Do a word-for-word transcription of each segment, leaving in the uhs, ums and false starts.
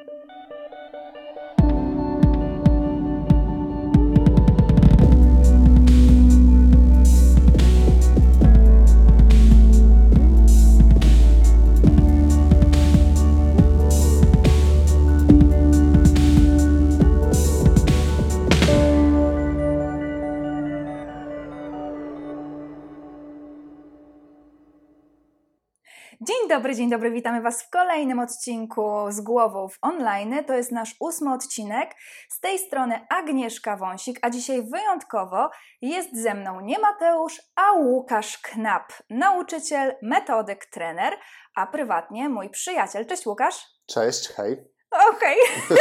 Dzień dobry, dzień dobry, witamy Was w kolejnym odcinku z Głową w online. To jest nasz ósmy odcinek. Z tej strony Agnieszka Wąsik, a dzisiaj wyjątkowo jest ze mną nie Mateusz, a Łukasz Knap, nauczyciel, metodyk, trener, a prywatnie mój przyjaciel. Cześć Łukasz. Cześć, hej. Okej.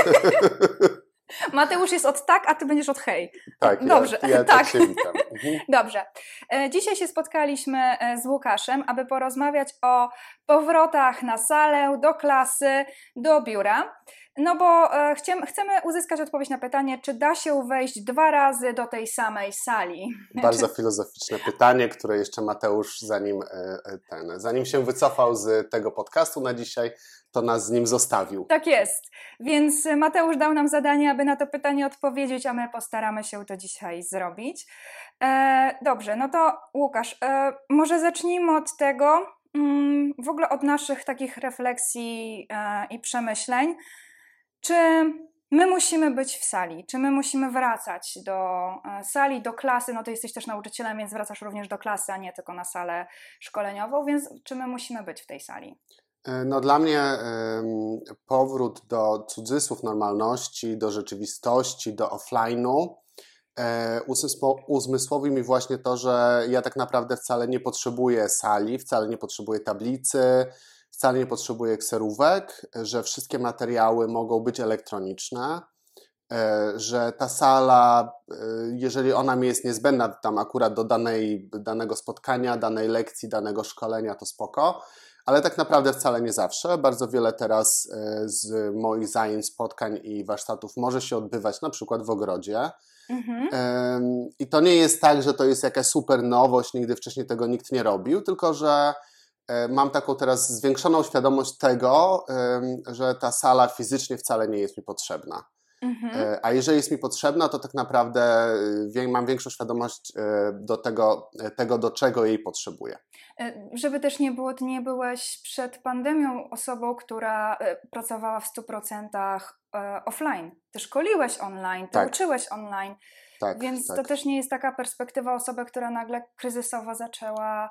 Mateusz jest od tak, a ty będziesz od hej. Tak, dobrze. Ja, ja tak. tak się witam. Mhm. Dobrze. Dzisiaj się spotkaliśmy z Łukaszem, aby porozmawiać o powrotach na salę, do klasy, do biura. No bo chcemy, chcemy uzyskać odpowiedź na pytanie, czy da się wejść dwa razy do tej samej sali. Bardzo filozoficzne pytanie, które jeszcze Mateusz, zanim, ten, zanim się wycofał z tego podcastu na dzisiaj, to nas z nim zostawił. Tak jest. Więc Mateusz dał nam zadanie, aby na to pytanie odpowiedzieć, a my postaramy się to dzisiaj zrobić. E, dobrze, no to Łukasz, e, może zacznijmy od tego, mm, w ogóle od naszych takich refleksji e, i przemyśleń. Czy my musimy być w sali? Czy my musimy wracać do e, sali, do klasy? No ty jesteś też nauczycielem, więc wracasz również do klasy, a nie tylko na salę szkoleniową, więc czy my musimy być w tej sali? No dla mnie y, powrót do cudzysłów normalności, do rzeczywistości, do offline'u y, uzmysłowi mi właśnie to, że ja tak naprawdę wcale nie potrzebuję sali, wcale nie potrzebuję tablicy, wcale nie potrzebuję kserówek, że wszystkie materiały mogą być elektroniczne, y, że ta sala, y, jeżeli ona mi jest niezbędna tam akurat do danej, danego spotkania, danej lekcji, danego szkolenia, to spoko. Ale tak naprawdę wcale nie zawsze. Bardzo wiele teraz z moich zajęć, spotkań i warsztatów może się odbywać na przykład w ogrodzie. Mhm. I to nie jest tak, że to jest jakaś super nowość, nigdy wcześniej tego nikt nie robił, tylko że mam taką teraz zwiększoną świadomość tego, że ta sala fizycznie wcale nie jest mi potrzebna. Mhm. A jeżeli jest mi potrzebna, to tak naprawdę mam większą świadomość do tego, tego, do czego jej potrzebuję. Żeby też nie było, ty nie byłeś przed pandemią osobą, która pracowała w stu procentach offline. Ty szkoliłeś online, ty tak. uczyłeś online, tak, więc tak. to też nie jest taka perspektywa osoby, która nagle kryzysowo zaczęła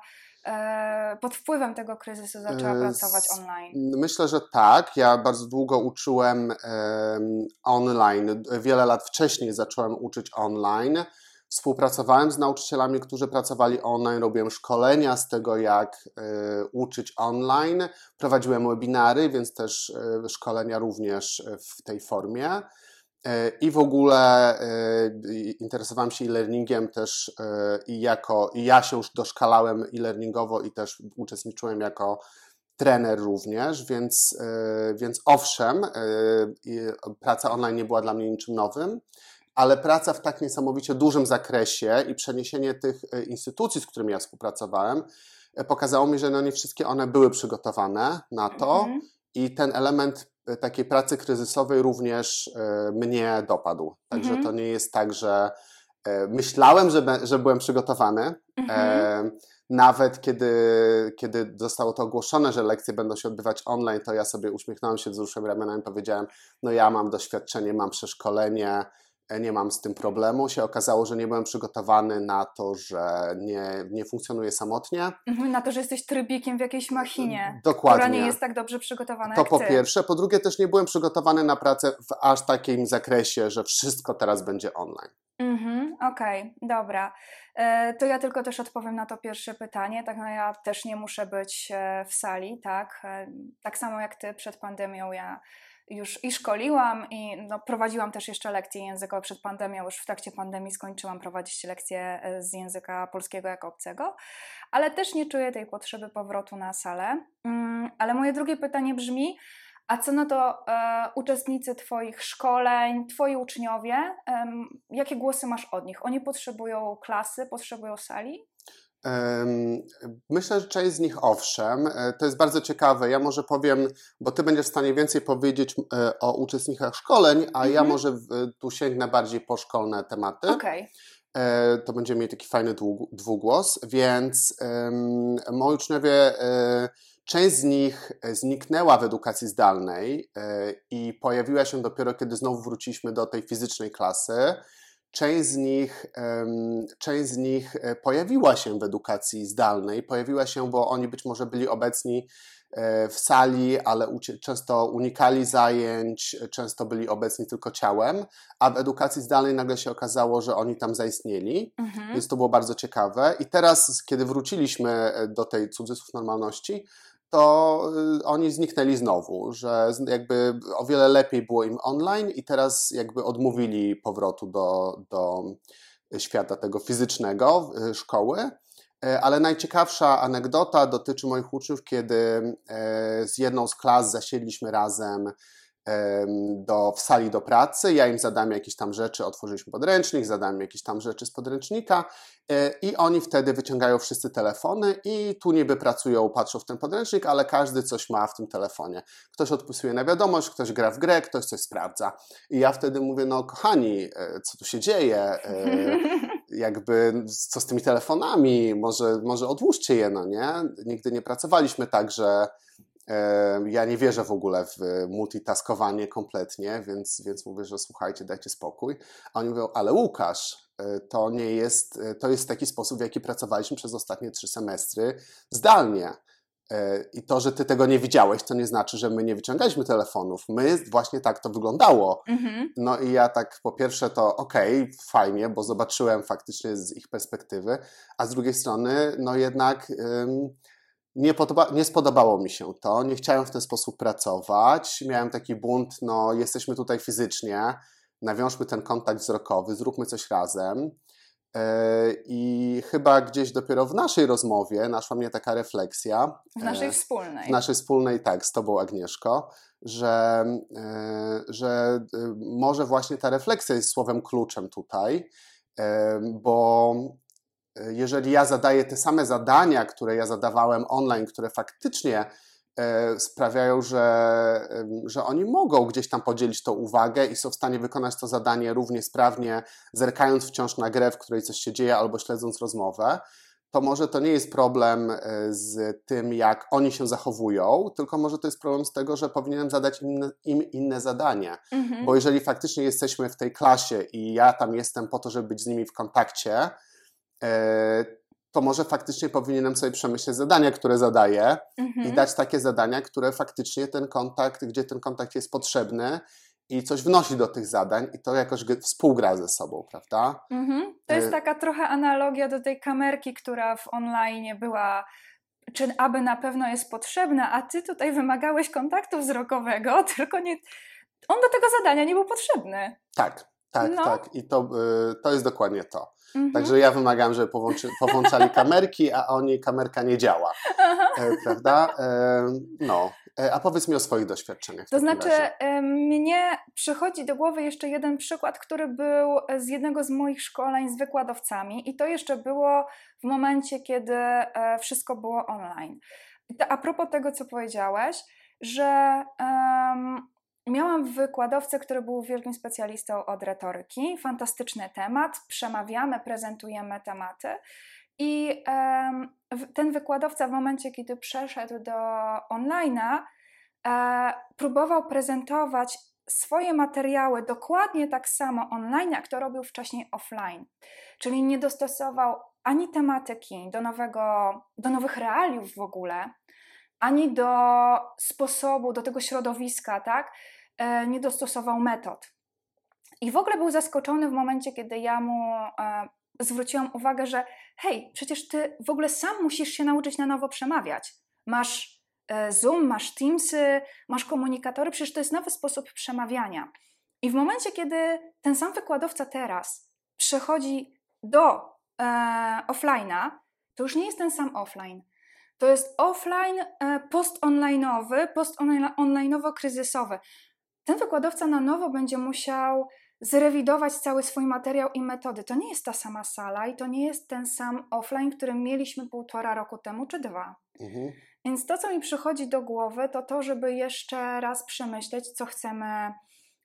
pod wpływem tego kryzysu zaczęła pracować online? Myślę, że tak. Ja bardzo długo uczyłem um, online. Wiele lat wcześniej zacząłem uczyć online. Współpracowałem z nauczycielami, którzy pracowali online. Robiłem szkolenia z tego, jak y, uczyć online. Prowadziłem webinary, więc też y, szkolenia również w tej formie. I w ogóle y, interesowałem się e-learningiem też y, i jako, i ja się już doszkalałem e-learningowo i też uczestniczyłem jako trener również, więc, y, więc owszem, y, praca online nie była dla mnie niczym nowym, ale praca w tak niesamowicie dużym zakresie i przeniesienie tych instytucji, z którymi ja współpracowałem, pokazało mi, że no nie wszystkie one były przygotowane na to mm-hmm. i ten element takiej pracy kryzysowej również e, mnie dopadł. Także mm-hmm. to nie jest tak, że e, myślałem, że, be, że byłem przygotowany. Mm-hmm. E, nawet kiedy, kiedy zostało to ogłoszone, że lekcje będą się odbywać online, to ja sobie uśmiechnąłem się, wzruszyłem ramionami i powiedziałem, no ja mam doświadczenie, mam przeszkolenie, nie mam z tym problemu. Się okazało, że nie byłem przygotowany na to, że nie, nie funkcjonuję samotnie. Na to, że jesteś trybikiem w jakiejś machinie, Dokładnie. która nie jest tak dobrze przygotowana to jak po ty. pierwsze. Po drugie też nie byłem przygotowany na pracę w aż takim zakresie, że wszystko teraz będzie online. Mhm, okej, okay, dobra. E, to ja tylko też odpowiem na to pierwsze pytanie. Tak, no ja też nie muszę być w sali, tak? E, tak samo jak ty przed pandemią ja już i szkoliłam i no, prowadziłam też jeszcze lekcje językowe przed pandemią, już w trakcie pandemii skończyłam prowadzić lekcje z języka polskiego jako obcego, ale też nie czuję tej potrzeby powrotu na salę. Um, ale moje drugie pytanie brzmi, a co no to e, uczestnicy twoich szkoleń, twoi uczniowie, e, jakie głosy masz od nich? Oni potrzebują klasy, potrzebują sali? Myślę, że część z nich owszem. To jest bardzo ciekawe. Ja może powiem, bo ty będziesz w stanie więcej powiedzieć o uczestnikach szkoleń, a mhm. ja może tu sięgnę bardziej po szkolne tematy. Okej. To będziemy mieli taki fajny dwugłos, więc um, moi uczniowie, um, część z nich zniknęła w edukacji zdalnej um, i pojawiła się dopiero, kiedy znowu wróciliśmy do tej fizycznej klasy. Część z nich, um, część z nich pojawiła się w edukacji zdalnej, pojawiła się, bo oni być może byli obecni w sali, ale ucie- często unikali zajęć, często byli obecni tylko ciałem, a w edukacji zdalnej nagle się okazało, że oni tam zaistnieli, mhm. więc to było bardzo ciekawe. I teraz, kiedy wróciliśmy do tej cudzysłów normalności, to oni zniknęli znowu, że jakby o wiele lepiej było im online i teraz jakby odmówili powrotu do, do świata tego fizycznego, szkoły. Ale najciekawsza anegdota dotyczy moich uczniów, kiedy z jedną z klas zasiedliśmy razem do, w sali do pracy. Ja im zadałem jakieś tam rzeczy, otworzyliśmy podręcznik, zadałem jakieś tam rzeczy z podręcznika i oni wtedy wyciągają wszyscy telefony i tu niby pracują, patrzą w ten podręcznik, ale każdy coś ma w tym telefonie. Ktoś odpisuje na wiadomość, ktoś gra w grę, ktoś coś sprawdza. I ja wtedy mówię, no kochani, co tu się dzieje? Jakby co z tymi telefonami? Może, może odłóżcie je, no nie? Nigdy nie pracowaliśmy tak, że ja nie wierzę w ogóle w multitaskowanie kompletnie, więc, więc mówię, że słuchajcie, dajcie spokój. A oni mówią, ale Łukasz, to nie jest, to jest taki sposób, w jaki pracowaliśmy przez ostatnie trzy semestry zdalnie. I to, że ty tego nie widziałeś, to nie znaczy, że my nie wyciągaliśmy telefonów. My właśnie tak to wyglądało. Mhm. No i ja tak po pierwsze to okej, okay, fajnie, bo zobaczyłem faktycznie z ich perspektywy, a z drugiej strony no jednak ym, nie, podoba, nie spodobało mi się to, nie chciałem w ten sposób pracować, miałem taki bunt, no jesteśmy tutaj fizycznie, nawiążmy ten kontakt wzrokowy, zróbmy coś razem. I chyba gdzieś dopiero w naszej rozmowie naszła mnie taka refleksja. W naszej wspólnej. W naszej wspólnej, tak, z tobą, Agnieszko, że, że może właśnie ta refleksja jest słowem kluczem tutaj, bo jeżeli ja zadaję te same zadania, które ja zadawałem online, które faktycznie sprawiają, że, że oni mogą gdzieś tam podzielić tą uwagę i są w stanie wykonać to zadanie równie sprawnie, zerkając wciąż na grę, w której coś się dzieje, albo śledząc rozmowę, to może to nie jest problem z tym, jak oni się zachowują, tylko może to jest problem z tego, że powinienem zadać im, im inne zadanie. Mhm. Bo jeżeli faktycznie jesteśmy w tej klasie i ja tam jestem po to, żeby być z nimi w kontakcie, to może faktycznie powinienem sobie przemyśleć zadania, które zadaję mhm. i dać takie zadania, które faktycznie ten kontakt, gdzie ten kontakt jest potrzebny i coś wnosi do tych zadań i to jakoś współgra ze sobą, prawda? Mhm. To jest taka trochę analogia do tej kamerki, która w online była, czy aby na pewno jest potrzebna, a ty tutaj wymagałeś kontaktu wzrokowego, tylko nie, on do tego zadania nie był potrzebny. Tak, tak, no. tak i to, to jest dokładnie to. Mhm. Także ja wymagam, żeby powłączy, powłączali kamerki, a oni kamerka nie działa, e, prawda? E, no, e, a powiedz mi o swoich doświadczeniach. To znaczy razie. Mnie przychodzi do głowy jeszcze jeden przykład, który był z jednego z moich szkoleń z wykładowcami i to jeszcze było w momencie, kiedy wszystko było online. A propos tego, co powiedziałeś, że um, miałam wykładowcę, który był wielkim specjalistą od retoryki. Fantastyczny temat. Przemawiamy, prezentujemy tematy. I um, ten wykładowca w momencie, kiedy przeszedł do online'a, e, próbował prezentować swoje materiały dokładnie tak samo online, jak to robił wcześniej offline. Czyli nie dostosował ani tematyki do nowego, do nowych realiów w ogóle, ani do sposobu, do tego środowiska, tak? E, nie dostosował metod. I w ogóle był zaskoczony w momencie, kiedy ja mu e, zwróciłam uwagę, że hej, przecież ty w ogóle sam musisz się nauczyć na nowo przemawiać. Masz e, Zoom, masz Teamsy, masz komunikatory, przecież to jest nowy sposób przemawiania. I w momencie, kiedy ten sam wykładowca teraz przechodzi do e, offline'a, to już nie jest ten sam offline. To jest offline post-online'owy, post-online'owo-kryzysowy. Ten wykładowca na nowo będzie musiał zrewidować cały swój materiał i metody. To nie jest ta sama sala i to nie jest ten sam offline, który mieliśmy półtora roku temu czy dwa. Mhm. Więc to, co mi przychodzi do głowy, to to, żeby jeszcze raz przemyśleć, co chcemy,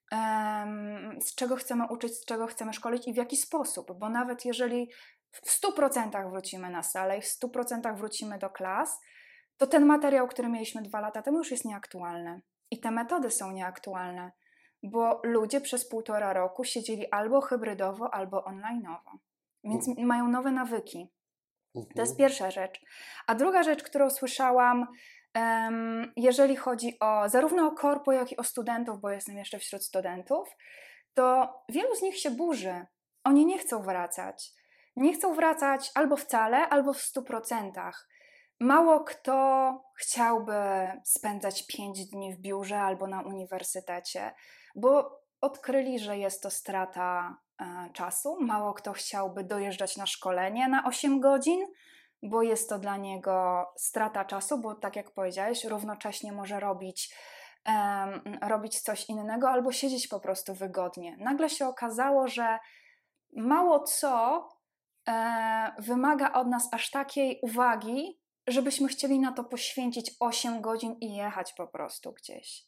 um, z czego chcemy uczyć, z czego chcemy szkolić i w jaki sposób. Bo nawet jeżeli w stu procentach wrócimy na salę i w stu procentach wrócimy do klas, to ten materiał, który mieliśmy dwa lata temu, już jest nieaktualny. I te metody są nieaktualne, bo ludzie przez półtora roku siedzieli albo hybrydowo, albo online'owo. Więc mhm. mają nowe nawyki. Mhm. To jest pierwsza rzecz. A druga rzecz, którą słyszałam, um, jeżeli chodzi o zarówno o korpo, jak i o studentów, bo jestem jeszcze wśród studentów, to wielu z nich się burzy. Oni nie chcą wracać. Nie chcą wracać albo wcale, albo w stu procentach. Mało kto chciałby spędzać pięć dni w biurze albo na uniwersytecie, bo odkryli, że jest to strata e, czasu. Mało kto chciałby dojeżdżać na szkolenie na osiem godzin, bo jest to dla niego strata czasu, bo tak jak powiedziałeś, równocześnie może robić, e, robić coś innego albo siedzieć po prostu wygodnie. Nagle się okazało, że mało co e, wymaga od nas aż takiej uwagi, żebyśmy chcieli na to poświęcić osiem godzin i jechać po prostu gdzieś.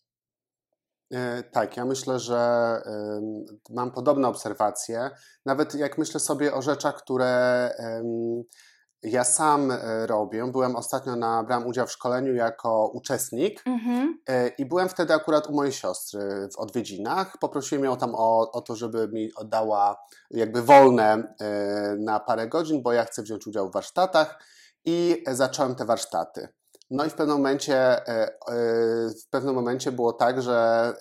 E, tak, ja myślę, że y, mam podobne obserwacje. Nawet jak myślę sobie o rzeczach, które y, ja sam robię. Byłem ostatnio, na, brałem udział w szkoleniu jako uczestnik mm-hmm. y, i byłem wtedy akurat u mojej siostry w odwiedzinach. Poprosiłem ją tam o, o to, żeby mi oddała jakby wolne y, na parę godzin, bo ja chcę wziąć udział w warsztatach. I zacząłem te warsztaty. No i w pewnym momencie, w pewnym momencie było tak, że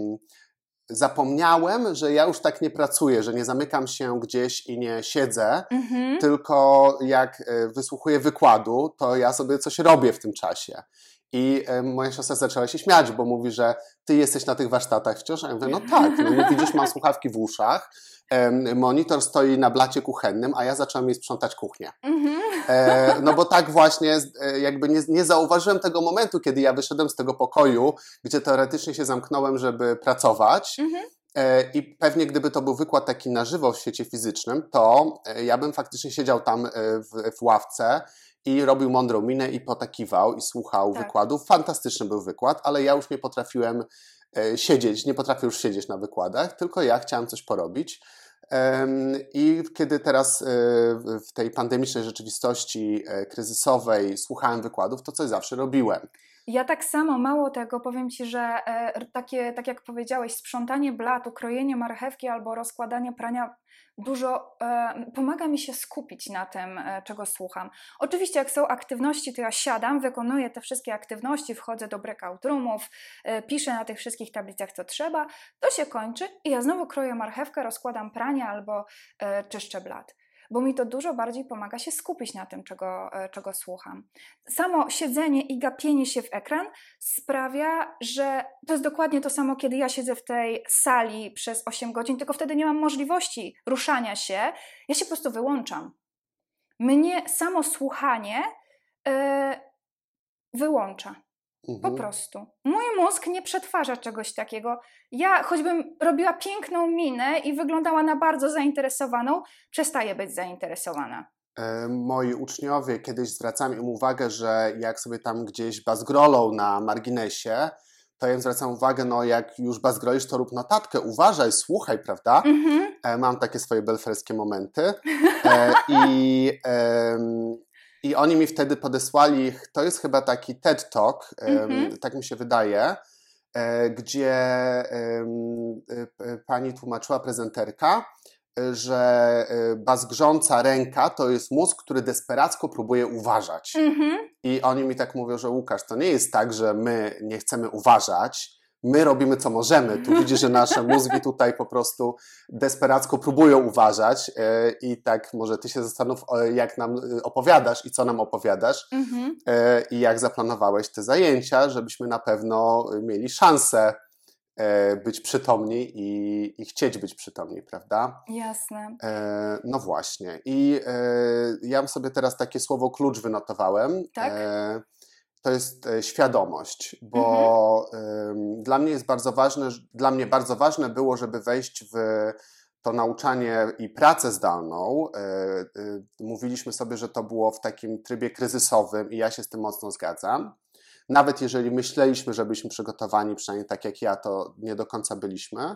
zapomniałem, że ja już tak nie pracuję, że nie zamykam się gdzieś i nie siedzę, mm-hmm. tylko jak wysłuchuję wykładu, to ja sobie coś robię w tym czasie. I moja siostra zaczęła się śmiać, bo mówi, że ty jesteś na tych warsztatach wciąż. A ja mówię, no tak, no nie widzisz, mam słuchawki w uszach, monitor stoi na blacie kuchennym, a ja zacząłem jej sprzątać kuchnię. Mm-hmm. E, no bo tak właśnie jakby nie, nie zauważyłem tego momentu, kiedy ja wyszedłem z tego pokoju, gdzie teoretycznie się zamknąłem, żeby pracować. Mm-hmm. e, I pewnie gdyby to był wykład taki na żywo w świecie fizycznym, to ja bym faktycznie siedział tam w, w ławce i robił mądrą minę i potakiwał i słuchał tak. wykładów. Fantastyczny był wykład, ale ja już nie potrafiłem e, siedzieć, nie potrafię już siedzieć na wykładach, tylko ja chciałem coś porobić. I kiedy teraz w tej pandemicznej rzeczywistości kryzysowej słuchałem wykładów, to coś zawsze robiłem. Ja tak samo, mało tego, powiem Ci, że takie, tak jak powiedziałeś, sprzątanie blatu, krojenie marchewki albo rozkładanie prania dużo e, pomaga mi się skupić na tym, e, czego słucham. Oczywiście jak są aktywności, to ja siadam, wykonuję te wszystkie aktywności, wchodzę do breakout roomów, e, piszę na tych wszystkich tablicach, co trzeba, to się kończy i ja znowu kroję marchewkę, rozkładam pranie albo e, czyszczę blat. Bo mi to dużo bardziej pomaga się skupić na tym, czego, czego słucham. Samo siedzenie i gapienie się w ekran sprawia, że to jest dokładnie to samo, kiedy ja siedzę w tej sali przez osiem godzin, tylko wtedy nie mam możliwości ruszania się, ja się po prostu wyłączam. Mnie samo słuchanie yy, wyłącza. Mhm. Po prostu. Mój mózg nie przetwarza czegoś takiego. Ja choćbym robiła piękną minę i wyglądała na bardzo zainteresowaną, przestaję być zainteresowana. E, moi uczniowie, kiedyś zwracam im uwagę, że jak sobie tam gdzieś bazgrolą na marginesie, to ja im zwracam uwagę, no jak już bazgroisz, to rób notatkę, uważaj, słuchaj, prawda? Mhm. E, mam takie swoje belferskie momenty. E, I... E, I oni mi wtedy podesłali, to jest chyba taki TED Talk, mm-hmm. tak mi się wydaje, gdzie pani tłumaczyła, prezenterka, że bazgrząca ręka to jest mózg, który desperacko próbuje uważać. Mm-hmm. I oni mi tak mówią, że Łukasz, to nie jest tak, że my nie chcemy uważać, my robimy co możemy. Tu widzisz, że nasze mózgi tutaj po prostu desperacko próbują uważać i tak może ty się zastanów, jak nam opowiadasz i co nam opowiadasz mm-hmm. i jak zaplanowałeś te zajęcia, żebyśmy na pewno mieli szansę być przytomni i, i chcieć być przytomni, prawda? Jasne. No właśnie. I ja sobie teraz takie słowo klucz wynotowałem. Tak? to jest świadomość, bo mhm. dla mnie jest bardzo ważne, dla mnie bardzo ważne było, żeby wejść w to nauczanie i pracę zdalną. Mówiliśmy sobie, że to było w takim trybie kryzysowym i ja się z tym mocno zgadzam. Nawet jeżeli myśleliśmy, że byliśmy przygotowani, przynajmniej tak jak ja, to nie do końca byliśmy.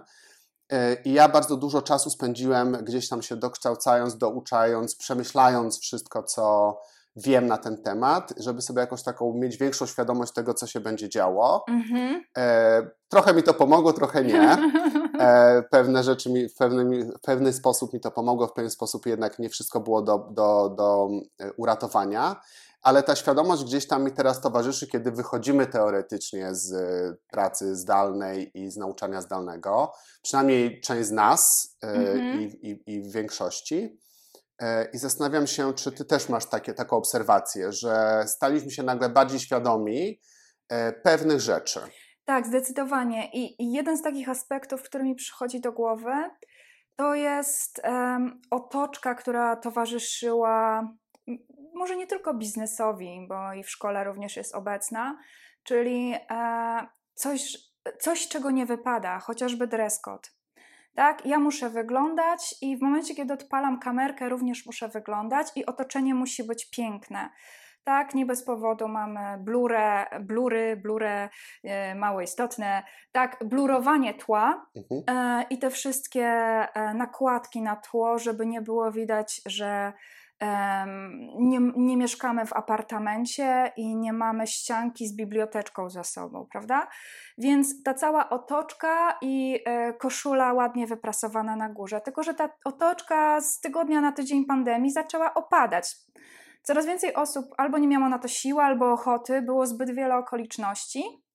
I ja bardzo dużo czasu spędziłem gdzieś tam się dokształcając, douczając, przemyślając wszystko, co wiem na ten temat, żeby sobie jakoś taką mieć większą świadomość tego, co się będzie działo. Mm-hmm. E, trochę mi to pomogło, trochę nie. E, pewne rzeczy mi w, pewnym, w pewny sposób mi to pomogło, w pewien sposób jednak nie wszystko było do, do, do uratowania. Ale ta świadomość gdzieś tam mi teraz towarzyszy, kiedy wychodzimy teoretycznie z pracy zdalnej i z nauczania zdalnego. Przynajmniej część z nas mm-hmm. i, i, i w większości. I zastanawiam się, czy ty też masz takie, taką obserwację, że staliśmy się nagle bardziej świadomi pewnych rzeczy. Tak, zdecydowanie. I, i jeden z takich aspektów, który mi przychodzi do głowy, to jest um, otoczka, która towarzyszyła może nie tylko biznesowi, bo i w szkole również jest obecna, czyli e, coś, coś, czego nie wypada, chociażby dress code. Tak, ja muszę wyglądać i w momencie, kiedy odpalam kamerkę, również muszę wyglądać i otoczenie musi być piękne. Tak, nie bez powodu mamy blurę, blury, blury e, mało istotne, tak, blurowanie tła mhm. e, i te wszystkie e, nakładki na tło, żeby nie było widać, że e, nie, nie mieszkamy w apartamencie i nie mamy ścianki z biblioteczką za sobą, prawda? Więc ta cała otoczka i e, koszula ładnie wyprasowana na górze, tylko że ta otoczka z tygodnia na tydzień pandemii zaczęła opadać. Coraz więcej osób albo nie miało na to siły, albo ochoty, było zbyt wiele okoliczności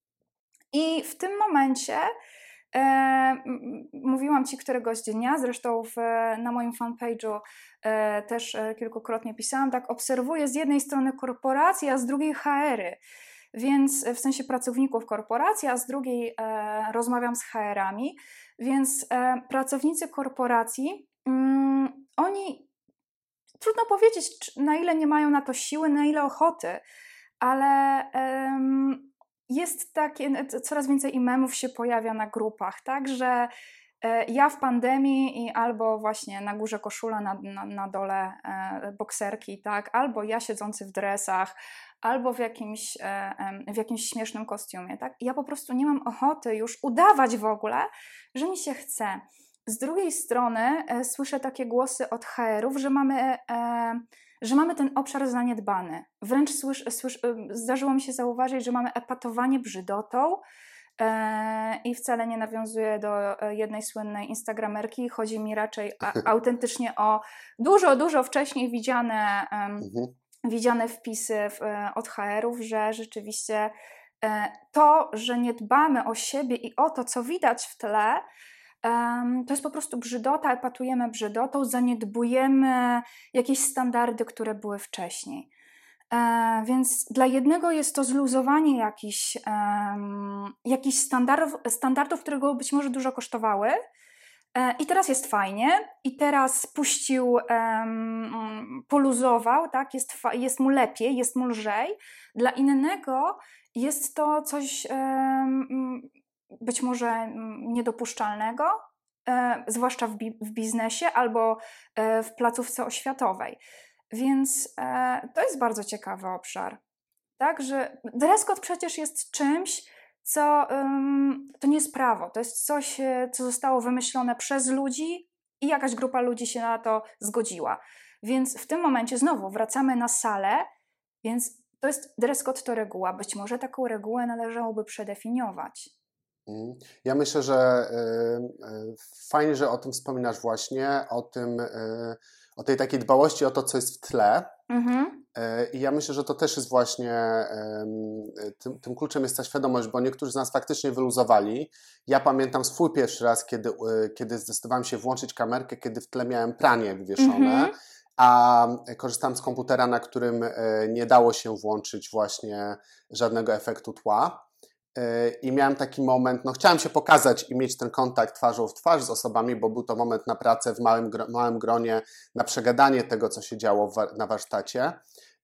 i w tym momencie e, m, mówiłam Ci któregoś dnia, zresztą w, na moim fanpage'u e, też e, kilkukrotnie pisałam, tak obserwuję z jednej strony korporacje, a z drugiej H R-y, więc w sensie pracowników korporacji, a z drugiej e, rozmawiam z H R-ami, więc e, pracownicy korporacji, mm, oni trudno powiedzieć, na ile nie mają na to siły, na ile ochoty, ale um, jest takie, coraz więcej i memów się pojawia na grupach, tak, że e, ja w pandemii i albo właśnie na górze koszula, na, na, na dole e, bokserki, tak, albo ja siedzący w dresach, albo w jakimś, e, w jakimś śmiesznym kostiumie, tak, I ja po prostu nie mam ochoty już udawać w ogóle, że mi się chce. Z drugiej strony e, słyszę takie głosy od H R-ów, że mamy, e, że mamy ten obszar zaniedbany. Wręcz słysz, słysz, e, zdarzyło mi się zauważyć, że mamy epatowanie brzydotą e, i wcale nie nawiązuję do jednej słynnej instagramerki. Chodzi mi raczej a, autentycznie o dużo, dużo wcześniej widziane, e, mhm. widziane wpisy w, e, od H R-ów, że rzeczywiście e, to, że nie dbamy o siebie i o to, co widać w tle, Um, to jest po prostu brzydota, epatujemy brzydotą, zaniedbujemy jakieś standardy, które były wcześniej. E, więc dla jednego jest to zluzowanie jakichś, um, jakichś standardów, standardów, które go być może dużo kosztowały. E, I teraz jest fajnie, i teraz puścił, um, poluzował, tak? jest, fa- jest mu lepiej, jest mu lżej. Dla innego jest to coś um, być może niedopuszczalnego, e, zwłaszcza w, bi- w biznesie albo e, w placówce oświatowej. Więc e, to jest bardzo ciekawy obszar. Tak, że dress code przecież jest czymś, co um, to nie jest prawo, to jest coś, co zostało wymyślone przez ludzi i jakaś grupa ludzi się na to zgodziła. Więc w tym momencie znowu wracamy na salę, więc to jest dress code, to reguła. Być może taką regułę należałoby przedefiniować. Ja myślę, że y, fajnie, że o tym wspominasz właśnie, o tym, y, o tej takiej dbałości o to, co jest w tle. Mm-hmm. Y, I ja myślę, że to też jest właśnie, y, tym, tym kluczem jest ta świadomość, bo niektórzy z nas faktycznie wyluzowali. Ja pamiętam swój pierwszy raz, kiedy, y, kiedy zdecydowałem się włączyć kamerkę, kiedy w tle miałem pranie wywieszone. Mm-hmm. A korzystałem z komputera, na którym y, nie dało się włączyć właśnie żadnego efektu tła. I miałem taki moment, no chciałem się pokazać i mieć ten kontakt twarzą w twarz z osobami, bo był to moment na pracę w małym, małym gronie, na przegadanie tego, co się działo w, na warsztacie.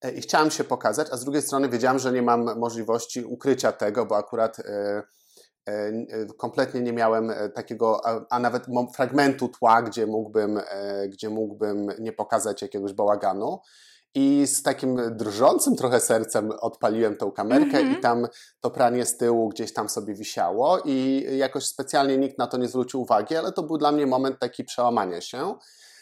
i chciałam się pokazać, a z drugiej strony wiedziałam, że nie mam możliwości ukrycia tego, bo akurat kompletnie nie miałem takiego, a, a nawet fragmentu tła, gdzie mógłbym, gdzie mógłbym nie pokazać jakiegoś bałaganu. I z takim drżącym trochę sercem odpaliłem tą kamerkę mm-hmm. i tam to pranie z tyłu gdzieś tam sobie wisiało i jakoś specjalnie nikt na to nie zwrócił uwagi, ale to był dla mnie moment taki przełamania się.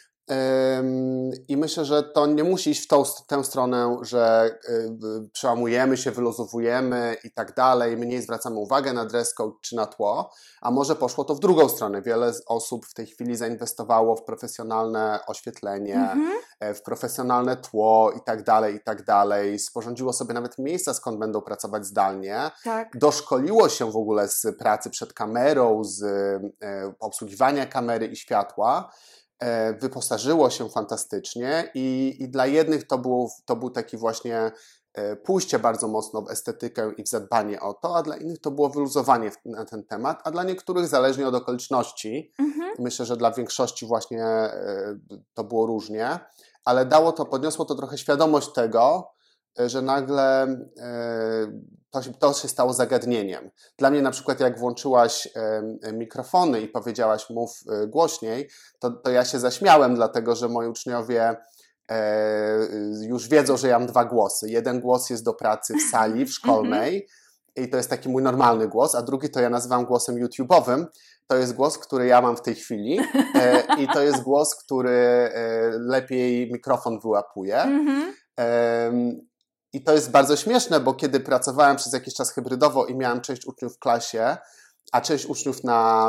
I myślę, że to nie musi iść w tą, tę stronę, że przełamujemy się, wyluzowujemy i tak dalej, mniej zwracamy uwagę na dress code czy na tło, a może poszło to w drugą stronę. Wiele osób w tej chwili zainwestowało w profesjonalne oświetlenie, mm-hmm. w profesjonalne tło i tak dalej, i tak dalej. Sporządziło sobie nawet miejsca, skąd będą pracować zdalnie. Tak. Doszkoliło się w ogóle z pracy przed kamerą, z obsługiwania kamery i światła. Wyposażyło się fantastycznie i, i dla jednych to, było, to był taki właśnie pójście bardzo mocno w estetykę i w zadbanie o to, a dla innych to było wyluzowanie na ten temat, a dla niektórych zależnie od okoliczności. Mhm. Myślę, że dla większości właśnie to było różnie, ale dało to, podniosło to trochę świadomość tego, że nagle to się, to się stało zagadnieniem. Dla mnie na przykład jak włączyłaś mikrofony i powiedziałaś mów głośniej, to, to ja się zaśmiałem, dlatego że moi uczniowie już wiedzą, że ja mam dwa głosy. Jeden głos jest do pracy w sali, w szkolnej i to jest taki mój normalny głos, a drugi to ja nazywam głosem YouTube'owym. To jest głos, który ja mam w tej chwili i to jest głos, który lepiej mikrofon wyłapuje. I to jest bardzo śmieszne, bo kiedy pracowałem przez jakiś czas hybrydowo i miałem część uczniów w klasie, a część uczniów na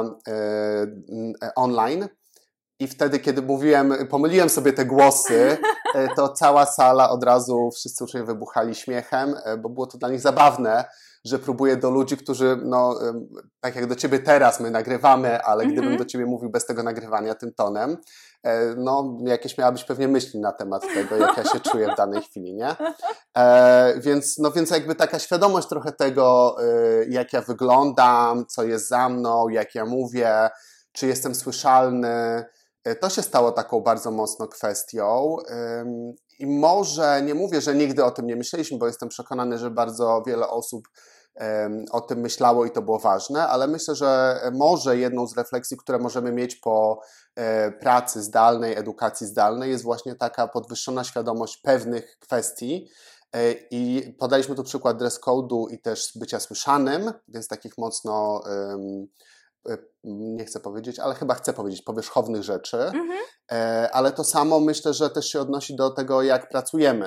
e, online i wtedy, kiedy mówiłem, pomyliłem sobie te głosy, to cała sala od razu, wszyscy uczniowie wybuchali śmiechem, bo było to dla nich zabawne, że próbuję do ludzi, którzy, no, tak jak do ciebie teraz my nagrywamy, ale mm-hmm. gdybym do ciebie mówił bez tego nagrywania tym tonem, no, jakieś miałabyś pewnie myśli na temat tego, jak ja się czuję w danej chwili, nie? E, więc, no, więc jakby taka świadomość trochę tego, jak ja wyglądam, co jest za mną, jak ja mówię, czy jestem słyszalny, to się stało taką bardzo mocno kwestią. I może nie mówię, że nigdy o tym nie myśleliśmy, bo jestem przekonany, że bardzo wiele osób o tym myślało i to było ważne, ale myślę, że może jedną z refleksji, które możemy mieć po pracy zdalnej, edukacji zdalnej, jest właśnie taka podwyższona świadomość pewnych kwestii. I podaliśmy tu przykład dress code'u i też bycia słyszanym, więc takich mocno, nie chcę powiedzieć, ale chyba chcę powiedzieć, powierzchownych rzeczy, mhm. ale to samo myślę, że też się odnosi do tego, jak pracujemy.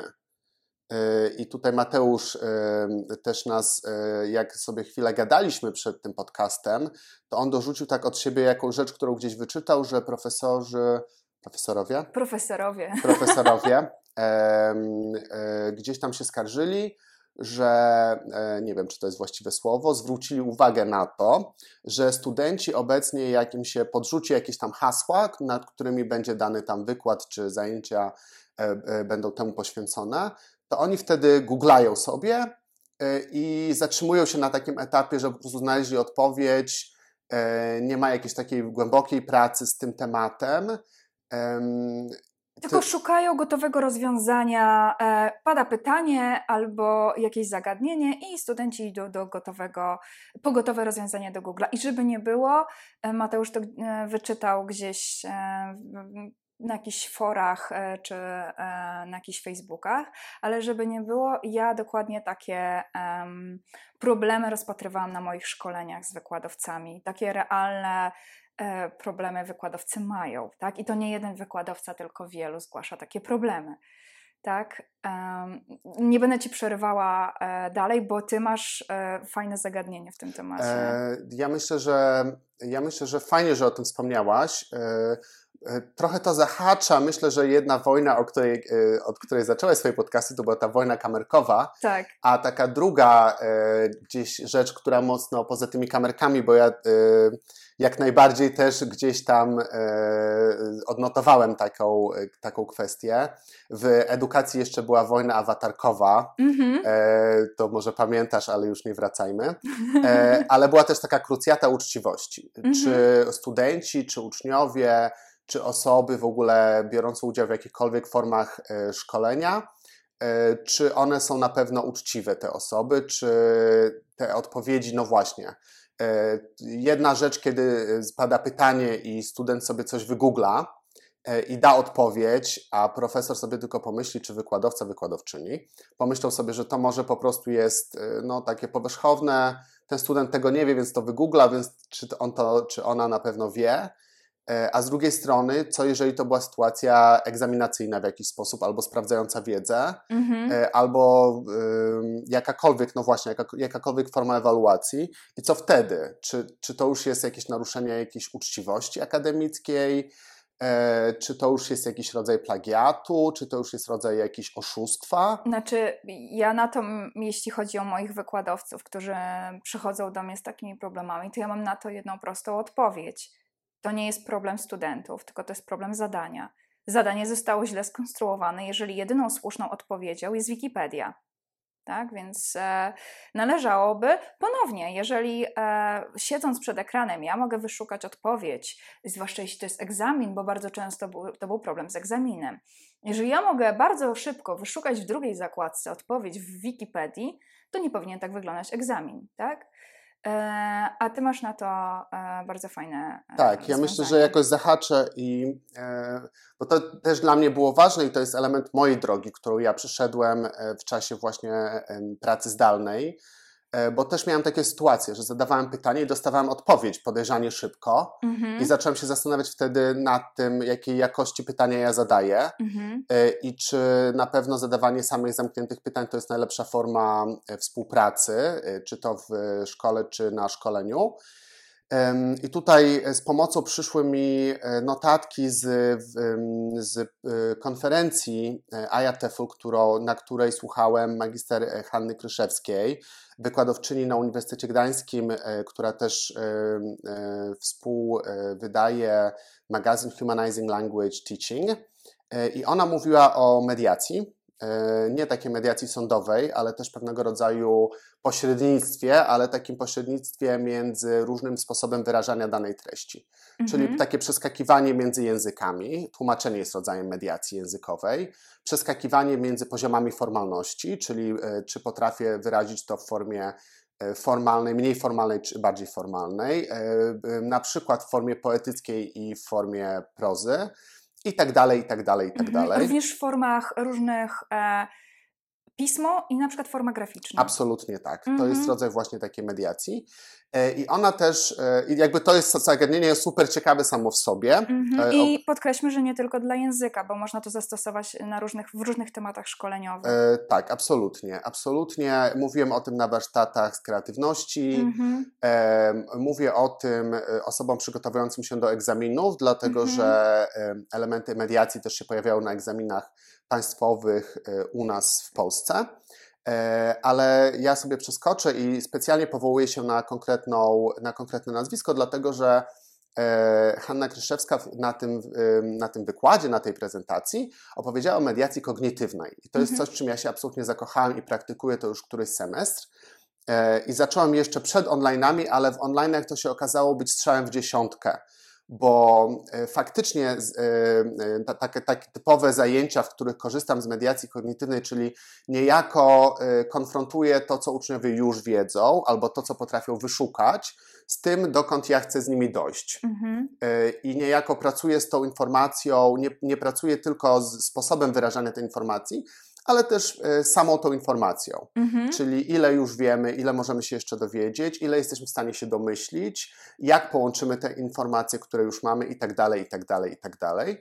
I tutaj Mateusz też nas, jak sobie chwilę gadaliśmy przed tym podcastem, to on dorzucił tak od siebie jakąś rzecz, którą gdzieś wyczytał, że profesorzy, profesorowie? Profesorowie. Profesorowie gdzieś tam się skarżyli, że, nie wiem, czy to jest właściwe słowo, zwrócili uwagę na to, że studenci obecnie, jak im się podrzuci jakieś tam hasła, nad którymi będzie dany tam wykład, czy zajęcia będą temu poświęcone, to oni wtedy googlają sobie i zatrzymują się na takim etapie, że po prostu znaleźli odpowiedź, nie ma jakiejś takiej głębokiej pracy z tym tematem. Tylko Ty... szukają gotowego rozwiązania, e, pada pytanie albo jakieś zagadnienie i studenci idą do gotowego, po gotowe rozwiązanie do Google'a. I żeby nie było, e, Mateusz to e, wyczytał gdzieś e, na jakichś forach e, czy e, na jakichś Facebookach, ale żeby nie było, ja dokładnie takie um, problemy rozpatrywałam na moich szkoleniach z wykładowcami. Takie realne problemy wykładowcy mają, tak? I to nie jeden wykładowca, tylko wielu zgłasza takie problemy, tak? Um, nie będę Ci przerywała e, dalej, bo Ty masz e, fajne zagadnienie w tym temacie. E, ja myślę, że ja myślę, że fajnie, że o tym wspomniałaś. E, e, trochę to zahacza, myślę, że jedna wojna, o której, e, od której zaczęłaś swoje podcasty, to była ta wojna kamerkowa, tak. A taka druga e, gdzieś rzecz, która mocno poza tymi kamerkami, bo ja e, jak najbardziej też gdzieś tam e, odnotowałem taką, e, taką kwestię. W edukacji jeszcze była wojna awatarkowa, mm-hmm. e, to może pamiętasz, ale już nie wracajmy, e, ale była też taka krucjata uczciwości. Mm-hmm. Czy studenci, czy uczniowie, czy osoby w ogóle biorące udział w jakichkolwiek formach e, szkolenia czy one są na pewno uczciwe, te osoby, czy te odpowiedzi, no właśnie. Jedna rzecz, kiedy pada pytanie i student sobie coś wygoogla i da odpowiedź, a profesor sobie tylko pomyśli, czy wykładowca, wykładowczyni, pomyślał sobie, że to może po prostu jest no, takie powierzchowne, ten student tego nie wie, więc to wygoogla, więc czy on to, czy ona na pewno wie. A z drugiej strony, co jeżeli to była sytuacja egzaminacyjna w jakiś sposób, albo sprawdzająca wiedzę, mm-hmm. albo y, jakakolwiek, no właśnie, jaka, jakakolwiek forma ewaluacji i co wtedy? Czy, czy to już jest jakieś naruszenie jakiejś uczciwości akademickiej, e, czy to już jest jakiś rodzaj plagiatu, czy to już jest rodzaj jakiegoś oszustwa? Znaczy, ja na to, jeśli chodzi o moich wykładowców, którzy przychodzą do mnie z takimi problemami, to ja mam na to jedną prostą odpowiedź. To nie jest problem studentów, tylko to jest problem zadania. Zadanie zostało źle skonstruowane, jeżeli jedyną słuszną odpowiedzią jest Wikipedia. Tak, więc e, należałoby ponownie, jeżeli e, siedząc przed ekranem ja mogę wyszukać odpowiedź, zwłaszcza jeśli to jest egzamin, bo bardzo często był, to był problem z egzaminem. Jeżeli ja mogę bardzo szybko wyszukać w drugiej zakładce odpowiedź w Wikipedii, to nie powinien tak wyglądać egzamin, tak? A ty masz na to bardzo fajne Tak, ja myślę, że jakoś zahaczę i bo to też dla mnie było ważne i to jest element mojej drogi, którą ja przeszedłem w czasie właśnie pracy zdalnej, bo też miałem takie sytuacje, że zadawałem pytanie i dostawałem odpowiedź podejrzanie szybko mm-hmm. i zacząłem się zastanawiać wtedy nad tym, jakiej jakości pytania ja zadaję mm-hmm. i czy na pewno zadawanie samych zamkniętych pytań to jest najlepsza forma współpracy, czy to w szkole, czy na szkoleniu. I tutaj z pomocą przyszły mi notatki z, z konferencji I A T F-u, którą, na której słuchałem magister Hanny Kryszewskiej, wykładowczyni na Uniwersytecie Gdańskim, która też współwydaje magazyn Humanizing Language Teaching. I ona mówiła o mediacji. Nie takiej mediacji sądowej, ale też pewnego rodzaju pośrednictwie, ale takim pośrednictwie między różnym sposobem wyrażania danej treści. Mhm. Czyli takie przeskakiwanie między językami, tłumaczenie jest rodzajem mediacji językowej, przeskakiwanie między poziomami formalności, czyli czy potrafię wyrazić to w formie formalnej, mniej formalnej czy bardziej formalnej, na przykład w formie poetyckiej i w formie prozy, i tak dalej, i tak dalej, i tak dalej. Również w formach różnych e, pismo i na przykład forma graficzna. Absolutnie tak. Mm-hmm. To jest rodzaj właśnie takiej mediacji. E, I ona też, e, jakby to jest zagadnienie super ciekawe samo w sobie. Mm-hmm. E, I podkreślmy, że nie tylko dla języka, bo można to zastosować na różnych, w różnych tematach szkoleniowych. E, tak, absolutnie. Absolutnie. Mówiłem o tym na warsztatach z kreatywności. Mm-hmm. E, mówię o tym osobom przygotowującym się do egzaminów, dlatego mm-hmm. że elementy mediacji też się pojawiają na egzaminach państwowych u nas w Polsce. Ale ja sobie przeskoczę i specjalnie powołuję się na, konkretną, na konkretne nazwisko, dlatego że Hanna Kryszewska na tym, na tym wykładzie, na tej prezentacji opowiedziała o mediacji kognitywnej. I to jest mhm. coś, czym ja się absolutnie zakochałem i praktykuję to już któryś semestr. I zacząłem jeszcze przed online'ami, ale w online'ach to się okazało być strzałem w dziesiątkę. Bo faktycznie takie, takie typowe zajęcia, w których korzystam z mediacji kognitywnej, czyli niejako konfrontuję to, co uczniowie już wiedzą, albo to, co potrafią wyszukać, z tym, dokąd ja chcę z nimi dojść. Mhm. I niejako pracuję z tą informacją, nie, nie pracuję tylko z sposobem wyrażania tej informacji, ale też samą tą informacją, mhm. czyli ile już wiemy, ile możemy się jeszcze dowiedzieć, ile jesteśmy w stanie się domyślić, jak połączymy te informacje, które już mamy i tak dalej, i tak dalej, i tak dalej.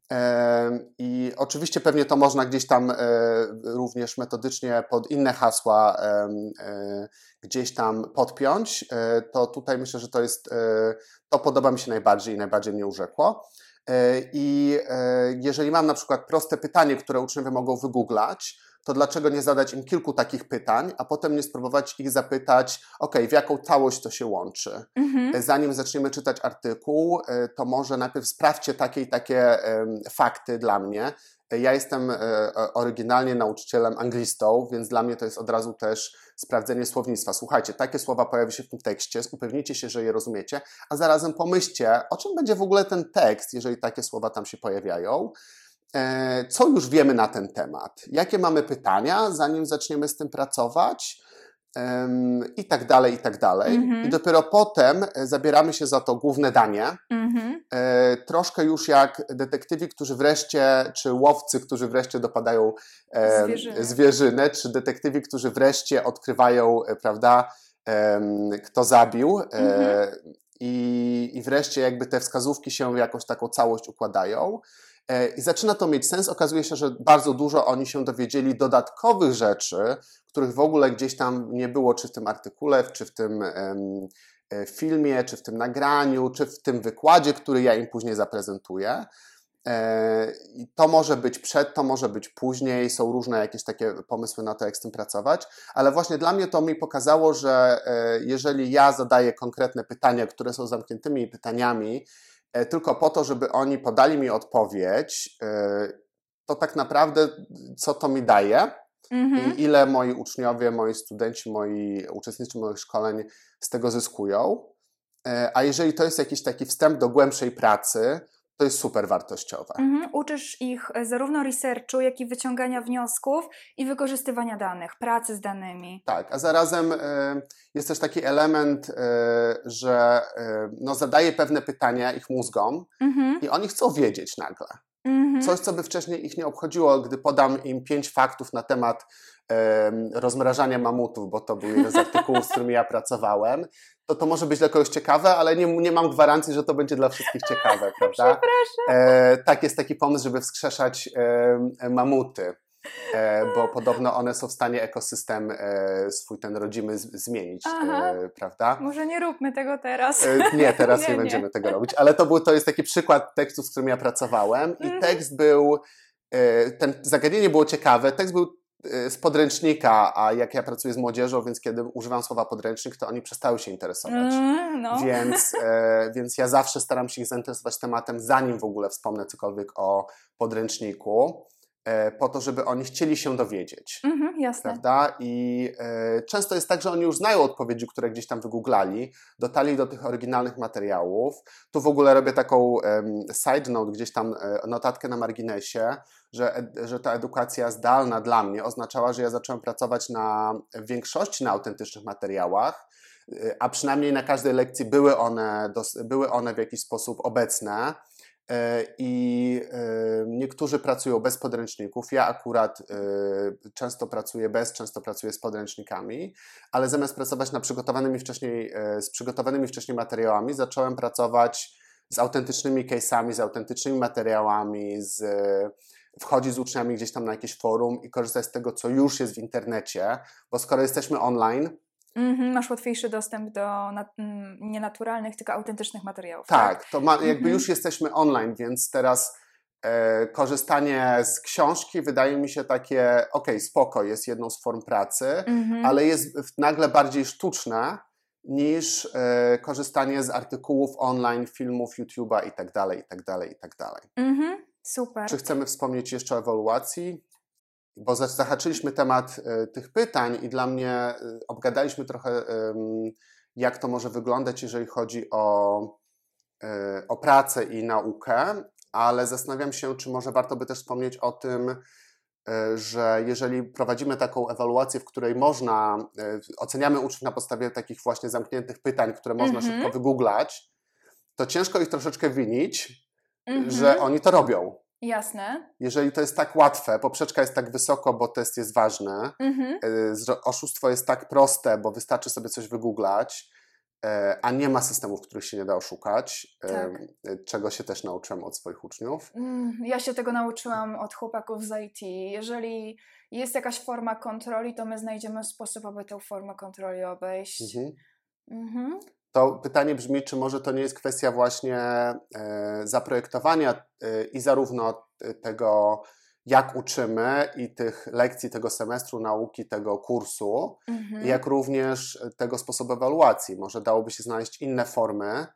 I oczywiście pewnie to można gdzieś tam również metodycznie pod inne hasła gdzieś tam podpiąć, to tutaj myślę, że to jest, to podoba mi się najbardziej i najbardziej mnie urzekło. I jeżeli mam na przykład proste pytanie, które uczniowie mogą wygooglać, to dlaczego nie zadać im kilku takich pytań, a potem nie spróbować ich zapytać, ok, w jaką całość to się łączy. Mhm. Zanim zaczniemy czytać artykuł, to może najpierw sprawdźcie takie i takie fakty dla mnie. Ja jestem oryginalnie nauczycielem anglistą, więc dla mnie to jest od razu też sprawdzenie słownictwa. Słuchajcie, takie słowa pojawi się w tym tekście, upewnijcie się, że je rozumiecie, a zarazem pomyślcie, o czym będzie w ogóle ten tekst, jeżeli takie słowa tam się pojawiają. co już wiemy na ten temat, jakie mamy pytania, zanim zaczniemy z tym pracować i tak dalej, i tak dalej. Mhm. I dopiero potem zabieramy się za to główne danie. Mhm. Troszkę już jak detektywi, którzy wreszcie, czy łowcy, którzy wreszcie dopadają Zwierzynę. zwierzynę, czy detektywi, którzy wreszcie odkrywają, prawda, kto zabił. Mhm. I, I wreszcie jakby te wskazówki się w jakąś taką całość układają. I zaczyna to mieć sens. Okazuje się, że bardzo dużo oni się dowiedzieli dodatkowych rzeczy, których w ogóle gdzieś tam nie było, czy w tym artykule, czy w tym um, filmie, czy w tym nagraniu, czy w tym wykładzie, który ja im później zaprezentuję. I to może być przed, to może być później, są różne jakieś takie pomysły na to, jak z tym pracować, ale właśnie dla mnie to mi pokazało, że jeżeli ja zadaję konkretne pytania, które są zamkniętymi pytaniami, tylko po to, żeby oni podali mi odpowiedź, to tak naprawdę co to mi daje Mhm. i ile moi uczniowie, moi studenci, moi uczestnicy moich szkoleń z tego zyskują. A jeżeli to jest jakiś taki wstęp do głębszej pracy, to jest super wartościowe. Mhm. Uczysz ich zarówno researchu, jak i wyciągania wniosków i wykorzystywania danych, pracy z danymi. Tak, a zarazem y, jest też taki element, y, że y, no, zadaję pewne pytania ich mózgom Mhm. i oni chcą wiedzieć nagle. Mhm. Coś, co by wcześniej ich nie obchodziło, gdy podam im pięć faktów na temat e, rozmrażania mamutów, bo to był jeden z artykułów, z którymi ja pracowałem, to to może być dla kogoś ciekawe, ale nie, nie mam gwarancji, że to będzie dla wszystkich ciekawe, prawda? E, tak, jest taki pomysł, żeby wskrzeszać e, mamuty, e, bo podobno one są w stanie ekosystem e, swój ten rodzimy z, zmienić, e, prawda? Może nie róbmy tego teraz. E, nie, teraz nie, nie, nie nie będziemy tego robić, ale to, był, to jest taki przykład tekstu, z którym ja pracowałem i Mhm. tekst był, e, ten zagadnienie było ciekawe, tekst był z podręcznika, a jak ja pracuję z młodzieżą, więc kiedy używam słowa podręcznik, to oni przestały się interesować. Mm, no. Więc, e, więc ja zawsze staram się ich zainteresować tematem, zanim w ogóle wspomnę cokolwiek o podręczniku, e, po to, żeby oni chcieli się dowiedzieć. Mhm, jasne. Prawda? I e, często jest tak, że oni już znają odpowiedzi, które gdzieś tam wygooglali, dotarli do tych oryginalnych materiałów. Tu w ogóle robię taką e, side note, gdzieś tam e, notatkę na marginesie, że, że ta edukacja zdalna dla mnie oznaczała, że ja zacząłem pracować na w większości na autentycznych materiałach, a przynajmniej na każdej lekcji były one, dos, były one w jakiś sposób obecne i niektórzy pracują bez podręczników, ja akurat często pracuję bez, często pracuję z podręcznikami, ale zamiast pracować na przygotowanymi wcześniej, z przygotowanymi wcześniej materiałami, zacząłem pracować z autentycznymi case'ami, z autentycznymi materiałami, z wchodzić z uczniami gdzieś tam na jakieś forum i korzystać z tego, co już jest w internecie, bo skoro jesteśmy online... Mm-hmm, masz łatwiejszy dostęp do nat- nie naturalnych, tylko autentycznych materiałów. Tak, tak? to ma, jakby mm-hmm. już jesteśmy online, więc teraz e, korzystanie z książki wydaje mi się takie, okej, spoko, jest jedną z form pracy, mm-hmm. ale jest nagle bardziej sztuczne niż e, korzystanie z artykułów online, filmów, YouTube'a i tak dalej, i tak dalej, i tak dalej. Mm-hmm. Super. Czy chcemy wspomnieć jeszcze o ewaluacji? Bo zahaczyliśmy temat y, tych pytań i dla mnie y, obgadaliśmy trochę, y, jak to może wyglądać, jeżeli chodzi o, y, o pracę i naukę, ale zastanawiam się, czy może warto by też wspomnieć o tym, y, że jeżeli prowadzimy taką ewaluację, w której można, y, oceniamy uczniów na podstawie takich właśnie zamkniętych pytań, które można mm-hmm. szybko wygooglać, to ciężko ich troszeczkę winić, mm-hmm. że oni to robią. Jasne. Jeżeli to jest tak łatwe, poprzeczka jest tak wysoko, bo test jest ważny, mhm. oszustwo jest tak proste, bo wystarczy sobie coś wygooglać, a nie ma systemów, których się nie da oszukać, tak. Czego się też nauczyłam od swoich uczniów. Ja się tego nauczyłam od chłopaków z I T. Jeżeli jest jakaś forma kontroli, to my znajdziemy sposób, aby tę formę kontroli obejść. Mhm. Mhm. To pytanie brzmi, czy może to nie jest kwestia właśnie e, zaprojektowania e, i zarówno tego, jak uczymy i tych lekcji tego semestru nauki, tego kursu, mhm. jak również tego sposobu ewaluacji. Może dałoby się znaleźć inne formy,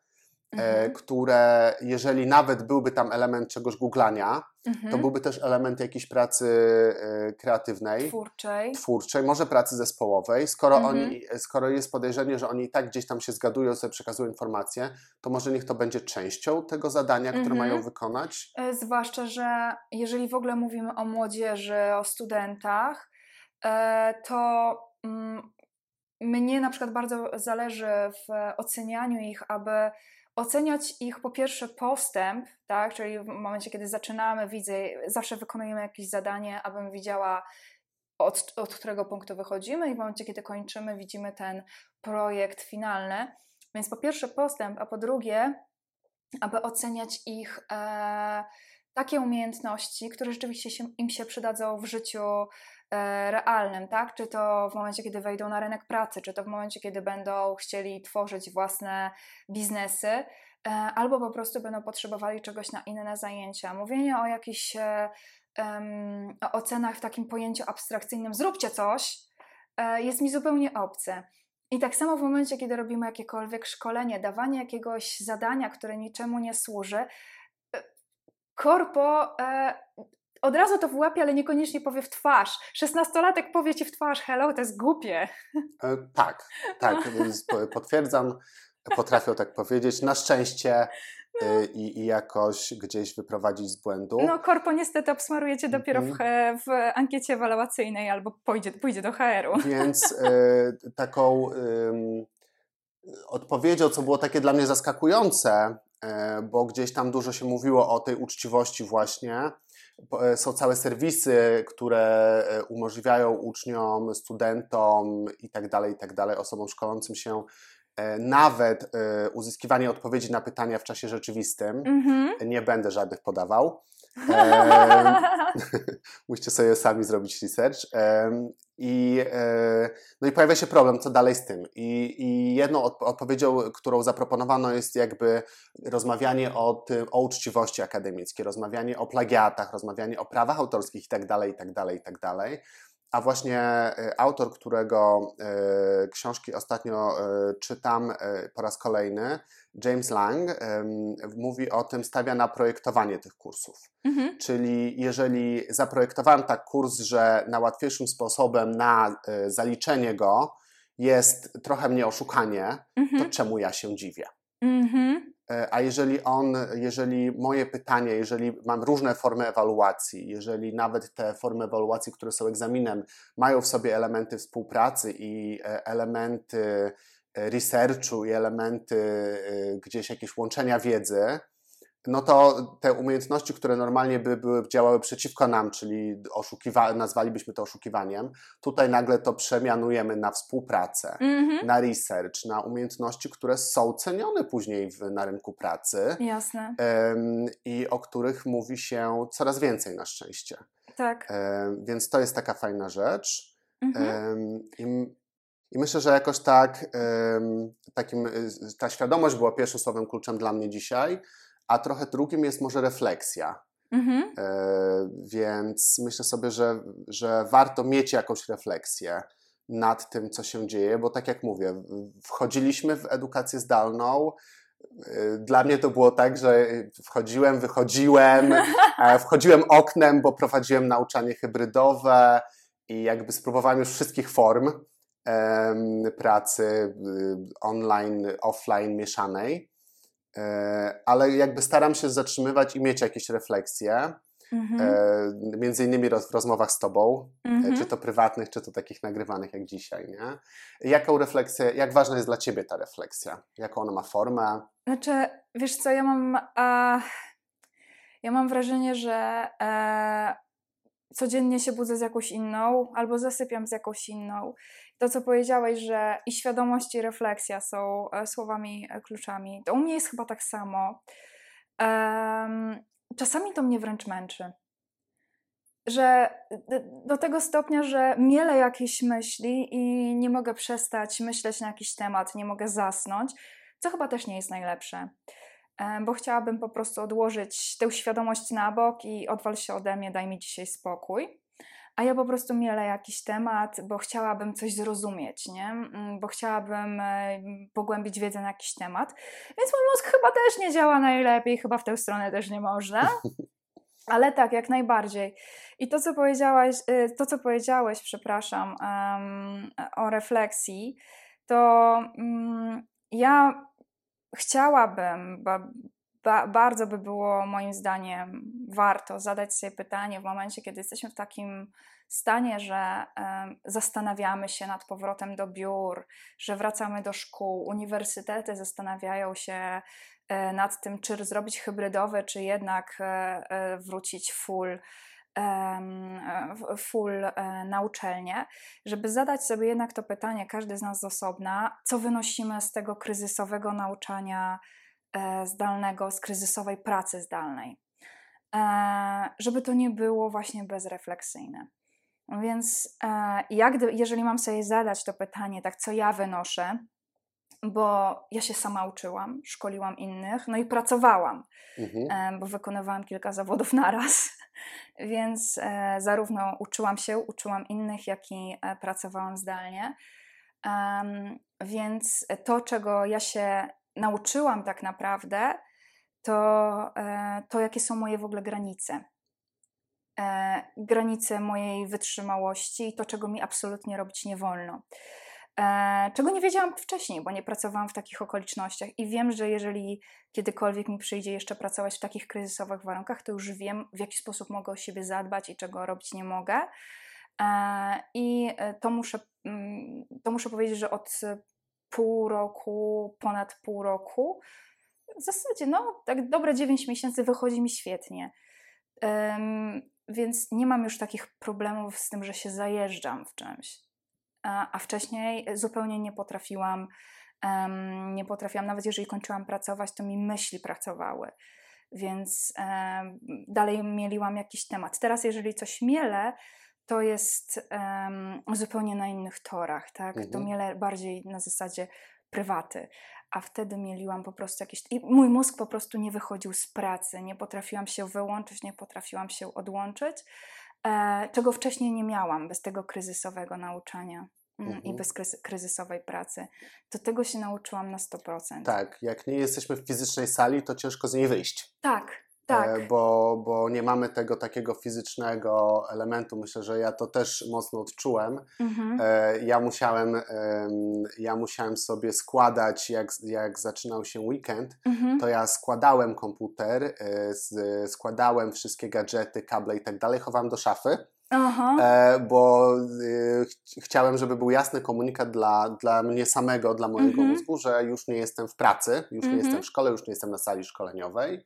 mhm. które jeżeli nawet byłby tam element czegoś googlania, mhm. to byłby też element jakiejś pracy kreatywnej, twórczej, twórczej może pracy zespołowej. Skoro, mhm. oni, skoro jest podejrzenie, że oni i tak gdzieś tam się zgadują, sobie przekazują informacje, to może niech to będzie częścią tego zadania, które mhm. mają wykonać. Zwłaszcza, że jeżeli w ogóle mówimy o młodzieży, o studentach, to mnie na przykład bardzo zależy w ocenianiu ich, aby oceniać ich po pierwsze postęp, tak? Czyli w momencie, kiedy zaczynamy, widzę, zawsze wykonujemy jakieś zadanie, abym widziała, od, od którego punktu wychodzimy, i w momencie, kiedy kończymy, widzimy ten projekt finalny. Więc po pierwsze postęp, a po drugie, aby oceniać ich e, takie umiejętności, które rzeczywiście się, im się przydadzą w życiu e, realnym, tak? Czy to w momencie, kiedy wejdą na rynek pracy, czy to w momencie, kiedy będą chcieli tworzyć własne biznesy, e, albo po prostu będą potrzebowali czegoś na inne zajęcia. Mówienie o jakichś e, um, o ocenach w takim pojęciu abstrakcyjnym, zróbcie coś, e, jest mi zupełnie obce. I tak samo w momencie, kiedy robimy jakiekolwiek szkolenie, dawanie jakiegoś zadania, które niczemu nie służy, korpo e, od razu to wyłapie, ale niekoniecznie powie w twarz. Szesnastolatek powie ci w twarz, hello, to jest głupie. E, tak, tak, potwierdzam, potrafią tak powiedzieć. Na szczęście no. i, i jakoś gdzieś wyprowadzić z błędu. No korpo niestety obsmarujecie dopiero w, w ankiecie ewaluacyjnej albo pójdzie, pójdzie do H R-u. Więc y, taką y, odpowiedzią, co było takie dla mnie zaskakujące, y, bo gdzieś tam dużo się mówiło o tej uczciwości właśnie. Są całe serwisy, które umożliwiają uczniom, studentom i tak dalej, i tak dalej, osobom szkolącym się nawet uzyskiwanie odpowiedzi na pytania w czasie rzeczywistym. Mm-hmm. Nie będę żadnych podawał. E, musicie sobie sami zrobić research. E, i, e, no i pojawia się problem, co dalej z tym. I, i jedną od, odpowiedzią, którą zaproponowano, jest jakby rozmawianie o, tym, o uczciwości akademickiej, rozmawianie o plagiatach, rozmawianie o prawach autorskich i tak dalej, i tak dalej, i tak dalej. A właśnie autor, którego e, książki ostatnio e, czytam e, po raz kolejny, James Lang, e, mówi o tym, stawia na projektowanie tych kursów. Mhm. Czyli jeżeli zaprojektowałem tak kurs, że najłatwiejszym sposobem na e, zaliczenie go jest trochę mnie oszukanie, mhm. to czemu ja się dziwię? Mhm. A jeżeli on, jeżeli moje pytanie, jeżeli mam różne formy ewaluacji, jeżeli nawet te formy ewaluacji, które są egzaminem, mają w sobie elementy współpracy i elementy researchu i elementy gdzieś jakieś łączenia wiedzy, no to te umiejętności, które normalnie by były, działały przeciwko nam, czyli oszukiwa- nazwalibyśmy to oszukiwaniem, tutaj nagle to przemianujemy na współpracę, mm-hmm. na research, na umiejętności, które są cenione później w, na rynku pracy. Jasne. Ym, i o których mówi się coraz więcej na szczęście. Tak. Ym, więc to jest taka fajna rzecz. Mm-hmm. Ym, i, I myślę, że jakoś tak ym, takim, ta świadomość była pierwszym słowem kluczem dla mnie dzisiaj, a trochę drugim jest może refleksja. Mhm. E, więc myślę sobie, że, że warto mieć jakąś refleksję nad tym, co się dzieje, bo tak jak mówię, wchodziliśmy w edukację zdalną. Dla mnie to było tak, że wchodziłem, wychodziłem, wchodziłem oknem, bo prowadziłem nauczanie hybrydowe i jakby spróbowałem już wszystkich form e, pracy online, offline, mieszanej. Ale jakby staram się zatrzymywać i mieć jakieś refleksje, mm-hmm. między innymi w rozmowach z tobą, mm-hmm. czy to prywatnych, czy to takich nagrywanych jak dzisiaj, nie? Jaką refleksję, jak ważna jest dla ciebie ta refleksja? Jaką ona ma formę? Znaczy, wiesz co, ja mam a, ja mam wrażenie, że e, codziennie się budzę z jakąś inną, albo zasypiam z jakąś inną. To, co powiedziałeś, że i świadomość, i refleksja są słowami kluczami. To u mnie jest chyba tak samo. Um, czasami to mnie wręcz męczy. Że do tego stopnia, że mielę jakieś myśli i nie mogę przestać myśleć na jakiś temat, nie mogę zasnąć, co chyba też nie jest najlepsze. Um, bo chciałabym po prostu odłożyć tę świadomość na bok i odwal się ode mnie, daj mi dzisiaj spokój. a ja po prostu mielę jakiś temat, bo chciałabym coś zrozumieć, nie? Bo chciałabym pogłębić wiedzę na jakiś temat, więc mój mózg chyba też nie działa najlepiej, chyba w tę stronę też nie można. Ale tak, jak najbardziej. I to, co powiedziałaś, to, co powiedziałeś, przepraszam, um, o refleksji, to um, ja chciałabym, ba, ba, bardzo by było moim zdaniem warto zadać sobie pytanie w momencie, kiedy jesteśmy w takim stanie, że um, zastanawiamy się nad powrotem do biur, że wracamy do szkół, uniwersytety zastanawiają się nad tym, czy zrobić hybrydowe, czy jednak wrócić full, full na uczelnię, żeby zadać sobie jednak to pytanie, każdy z nas z osobna, co wynosimy z tego kryzysowego nauczania zdalnego, z kryzysowej pracy zdalnej. Żeby to nie było właśnie bezrefleksyjne. Więc jak, jeżeli mam sobie zadać to pytanie, tak, co ja wynoszę, bo ja się sama uczyłam, szkoliłam innych, no i pracowałam, mhm. bo wykonywałam kilka zawodów naraz, więc e, zarówno uczyłam się, uczyłam innych, jak i e, pracowałam zdalnie. Um, więc to, czego ja się nauczyłam tak naprawdę, to, e, to jakie są moje w ogóle granice. E, granice mojej wytrzymałości i to, czego mi absolutnie robić nie wolno. Czego nie wiedziałam wcześniej, bo nie pracowałam w takich okolicznościach i wiem, że jeżeli kiedykolwiek mi przyjdzie jeszcze pracować w takich kryzysowych warunkach, to już wiem, w jaki sposób mogę o siebie zadbać i czego robić nie mogę. I to muszę, to muszę powiedzieć, że od pół roku, ponad pół roku, w zasadzie no tak dobre dziewięć miesięcy wychodzi mi świetnie. Więc nie mam już takich problemów z tym, że się zajeżdżam w czymś. A wcześniej zupełnie nie potrafiłam, um, nie potrafiłam, nawet jeżeli kończyłam pracować, to mi myśli pracowały, więc um, dalej mieliłam jakiś temat. Teraz jeżeli coś mielę, to jest um, zupełnie na innych torach, tak? Mhm. To mielę bardziej na zasadzie prywaty, a wtedy mieliłam po prostu jakieś... I mój mózg po prostu nie wychodził z pracy, nie potrafiłam się wyłączyć, nie potrafiłam się odłączyć, e, czego wcześniej nie miałam bez tego kryzysowego nauczania mhm. i bez kryzysowej pracy. Do tego się nauczyłam na sto procent. Tak, jak nie jesteśmy w fizycznej sali, to ciężko z niej wyjść. Tak. Tak. Bo, bo nie mamy tego takiego fizycznego elementu. Myślę, że ja to też mocno odczułem. Mhm. Ja musiałem, ja musiałem sobie składać, jak, jak zaczynał się weekend, mhm. to ja składałem komputer, składałem wszystkie gadżety, kable i tak dalej, chowałem do szafy. Aha. Bo ch- chciałem, żeby był jasny komunikat dla, dla mnie samego, dla mojego mhm. mózgu, że już nie jestem w pracy, już mhm. nie jestem w szkole, już nie jestem na sali szkoleniowej.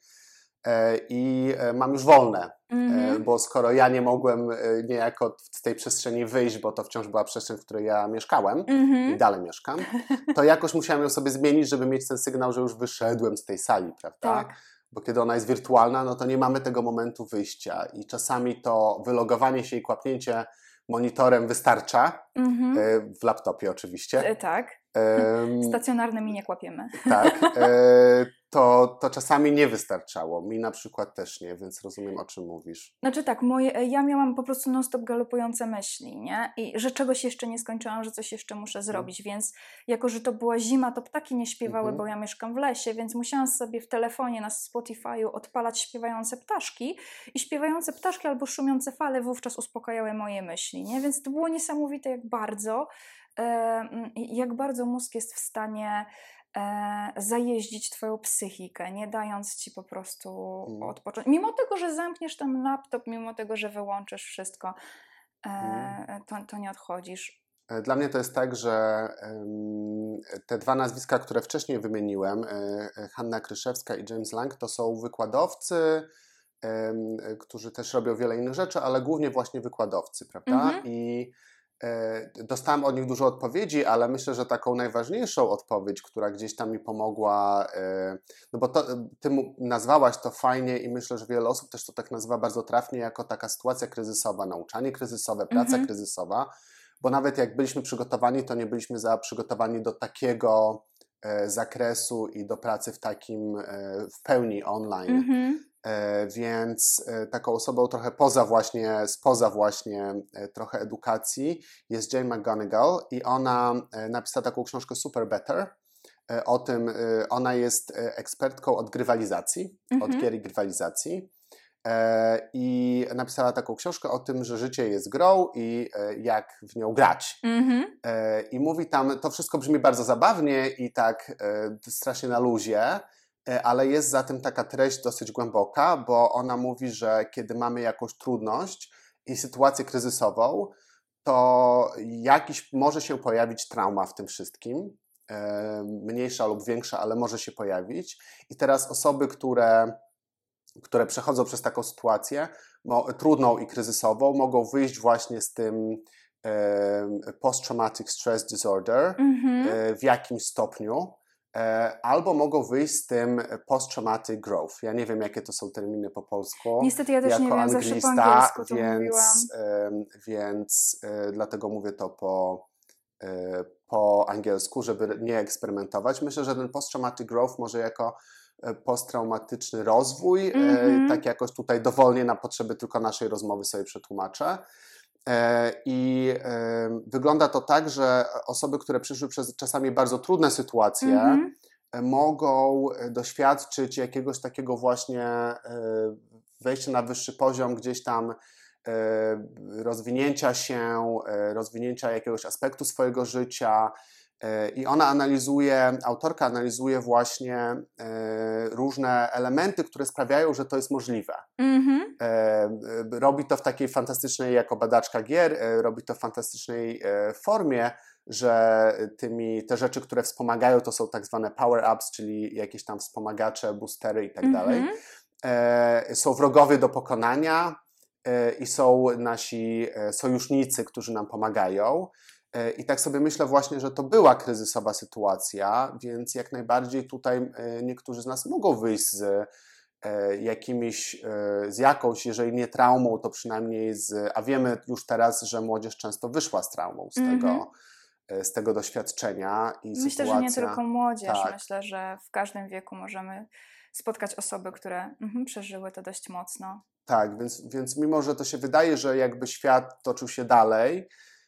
I mam już wolne, mm-hmm. bo skoro ja nie mogłem niejako z tej przestrzeni wyjść, bo to wciąż była przestrzeń, w której ja mieszkałem mm-hmm. i dalej mieszkam, to jakoś musiałem ją sobie zmienić, żeby mieć ten sygnał, że już wyszedłem z tej sali, prawda? Tak. Bo kiedy ona jest wirtualna, no to nie mamy tego momentu wyjścia i czasami to wylogowanie się i kłapnięcie monitorem wystarcza, mm-hmm. w laptopie oczywiście. Tak, um, stacjonarnymi nie kłapiemy. Tak, to, to czasami nie wystarczało. Mi na przykład też nie, więc rozumiem, o czym mówisz. Znaczy tak, moje, ja miałam po prostu non-stop galopujące myśli, nie? I że czegoś jeszcze nie skończyłam, że coś jeszcze muszę zrobić, mm. więc jako, że to była zima, to ptaki nie śpiewały, mm-hmm. bo ja mieszkam w lesie, więc musiałam sobie w telefonie na Spotify'u odpalać śpiewające ptaszki i śpiewające ptaszki albo szumiące fale wówczas uspokajały moje myśli, nie? Więc to było niesamowite, jak bardzo, e, jak bardzo mózg jest w stanie E, zajeździć twoją psychikę, nie dając ci po prostu mm. odpocząć. Mimo tego, że zamkniesz ten laptop, mimo tego, że wyłączysz wszystko, e, mm. to, to nie odchodzisz. Dla mnie to jest tak, że um, te dwa nazwiska, które wcześniej wymieniłem, e, Hanna Kryszewska i James Lang, to są wykładowcy, e, którzy też robią wiele innych rzeczy, ale głównie właśnie wykładowcy, prawda? Mm-hmm. I dostałem od nich dużo odpowiedzi, ale myślę, że taką najważniejszą odpowiedź, która gdzieś tam mi pomogła, no bo to, ty nazwałaś to fajnie i myślę, że wiele osób też to tak nazywa bardzo trafnie jako taka sytuacja kryzysowa, nauczanie kryzysowe, praca mm-hmm. kryzysowa, bo nawet jak byliśmy przygotowani, to nie byliśmy za przygotowani do takiego zakresu i do pracy w takim w pełni online. Mm-hmm. Więc taką osobą trochę poza właśnie, spoza właśnie trochę edukacji jest Jane McGonigal i ona napisała taką książkę Super Better. O tym, ona jest ekspertką od grywalizacji, mhm. od gier i grywalizacji. I napisała taką książkę o tym, że życie jest grą i jak w nią grać. Mm-hmm. I mówi tam, to wszystko brzmi bardzo zabawnie i tak strasznie na luzie, ale jest za tym taka treść dosyć głęboka, bo ona mówi, że kiedy mamy jakąś trudność i sytuację kryzysową, to jakiś może się pojawić trauma w tym wszystkim, mniejsza lub większa, ale może się pojawić. I teraz osoby, które które przechodzą przez taką sytuację mo, trudną i kryzysową, mogą wyjść właśnie z tym e, post-traumatic stress disorder mm-hmm. e, w jakimś stopniu, e, albo mogą wyjść z tym post-traumatic growth. Ja nie wiem, jakie to są terminy po polsku. Niestety ja też jako nie wiem, anglista, zawsze po angielsku to więc, mówiłam. e, więc e, dlatego mówię to po, e, po angielsku, żeby nie eksperymentować. Myślę, że ten post-traumatic growth może jako posttraumatyczny rozwój, mm-hmm. tak jakoś tutaj dowolnie na potrzeby tylko naszej rozmowy sobie przetłumaczę. I wygląda to tak, że osoby, które przeszły przez czasami bardzo trudne sytuacje, mm-hmm. mogą doświadczyć jakiegoś takiego właśnie wejścia na wyższy poziom, gdzieś tam rozwinięcia się, rozwinięcia jakiegoś aspektu swojego życia. I ona analizuje, autorka analizuje właśnie e, różne elementy, które sprawiają, że to jest możliwe. Mm-hmm. E, robi to w takiej fantastycznej, jako badaczka gier, e, robi to w fantastycznej e, formie, że tymi, te rzeczy, które wspomagają, to są tak zwane power-ups, czyli jakieś tam wspomagacze, boostery i tak dalej. E, są wrogowie do pokonania e, i są nasi sojusznicy, którzy nam pomagają. I tak sobie myślę właśnie, że to była kryzysowa sytuacja, więc jak najbardziej tutaj niektórzy z nas mogą wyjść z jakimiś, z jakąś, jeżeli nie traumą, to przynajmniej z, a wiemy już teraz, że młodzież często wyszła z traumą z mm-hmm. tego, z tego doświadczenia. I myślę, sytuacja, że nie tylko młodzież, tak. Myślę, że w każdym wieku możemy spotkać osoby, które mm, przeżyły to dość mocno. Tak, więc, więc mimo, że to się wydaje, że jakby świat toczył się dalej,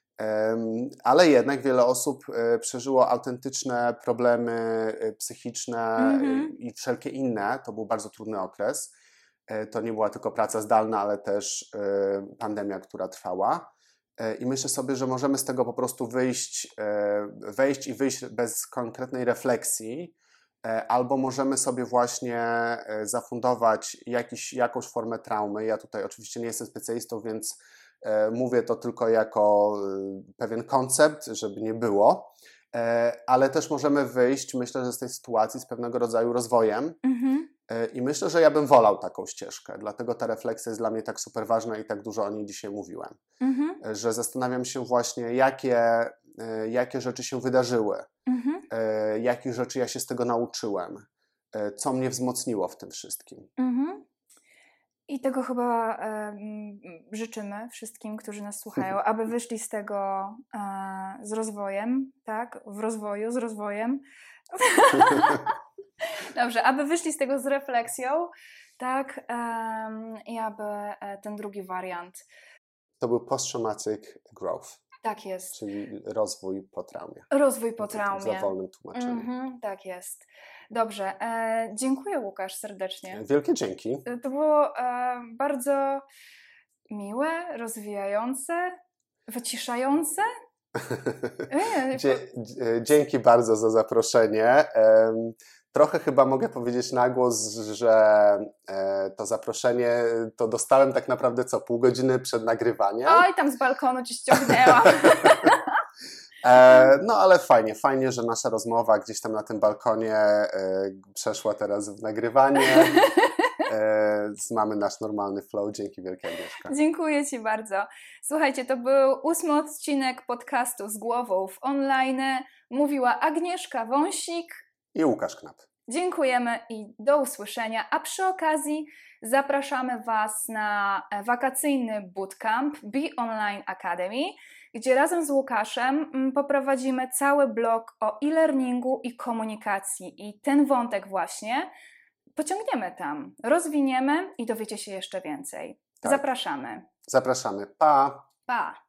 ale jednak wiele osób przeżyło autentyczne problemy psychiczne mm-hmm. i wszelkie inne. To był bardzo trudny okres. To nie była tylko praca zdalna, ale też pandemia, która trwała. I myślę sobie, że możemy z tego po prostu wyjść, wejść i wyjść bez konkretnej refleksji, albo możemy sobie właśnie zafundować jakiś, jakąś formę traumy. Ja tutaj oczywiście nie jestem specjalistą, więc mówię to tylko jako pewien koncept, żeby nie było, ale też możemy wyjść, myślę, że z tej sytuacji z pewnego rodzaju rozwojem mm-hmm. i myślę, że ja bym wolał taką ścieżkę, dlatego ta refleksja jest dla mnie tak super ważna i tak dużo o niej dzisiaj mówiłem, mm-hmm. że zastanawiam się właśnie, jakie, jakie rzeczy się wydarzyły, mm-hmm. jakich rzeczy ja się z tego nauczyłem, co mnie wzmocniło w tym wszystkim. Mm-hmm. I tego chyba e, życzymy wszystkim, którzy nas słuchają, aby wyszli z tego e, z rozwojem, tak? W rozwoju, z rozwojem. Dobrze, aby wyszli z tego z refleksją, tak? E, I aby ten drugi wariant. To był post-traumatic growth. Tak jest. Czyli rozwój po traumie. Rozwój po traumie. Za wolnym tłumaczeniem. Mm-hmm, tak jest. Dobrze. E, dziękuję, Łukasz, serdecznie. Wielkie dzięki. To było e, bardzo miłe, rozwijające, wyciszające. Dzie, dzięki bardzo za zaproszenie. Trochę chyba mogę powiedzieć na głos, że to zaproszenie to dostałem tak naprawdę co, pół godziny przed nagrywaniem. Oj, tam z balkonu ci ściągnęłam. No ale fajnie, fajnie, że nasza rozmowa gdzieś tam na tym balkonie przeszła teraz w nagrywanie. Mamy nasz normalny flow. Dzięki wielkie, Agnieszka. Dziękuję Ci bardzo. Słuchajcie, to był ósmy odcinek podcastu Z Głową w Online. Mówiła Agnieszka Wąsik i Łukasz Knap. Dziękujemy i do usłyszenia. A przy okazji zapraszamy Was na wakacyjny bootcamp Be Online Academy, gdzie razem z Łukaszem poprowadzimy cały blok o e-learningu i komunikacji. I ten wątek właśnie pociągniemy tam, rozwiniemy i dowiecie się jeszcze więcej. Tak. Zapraszamy. Zapraszamy. Pa! Pa!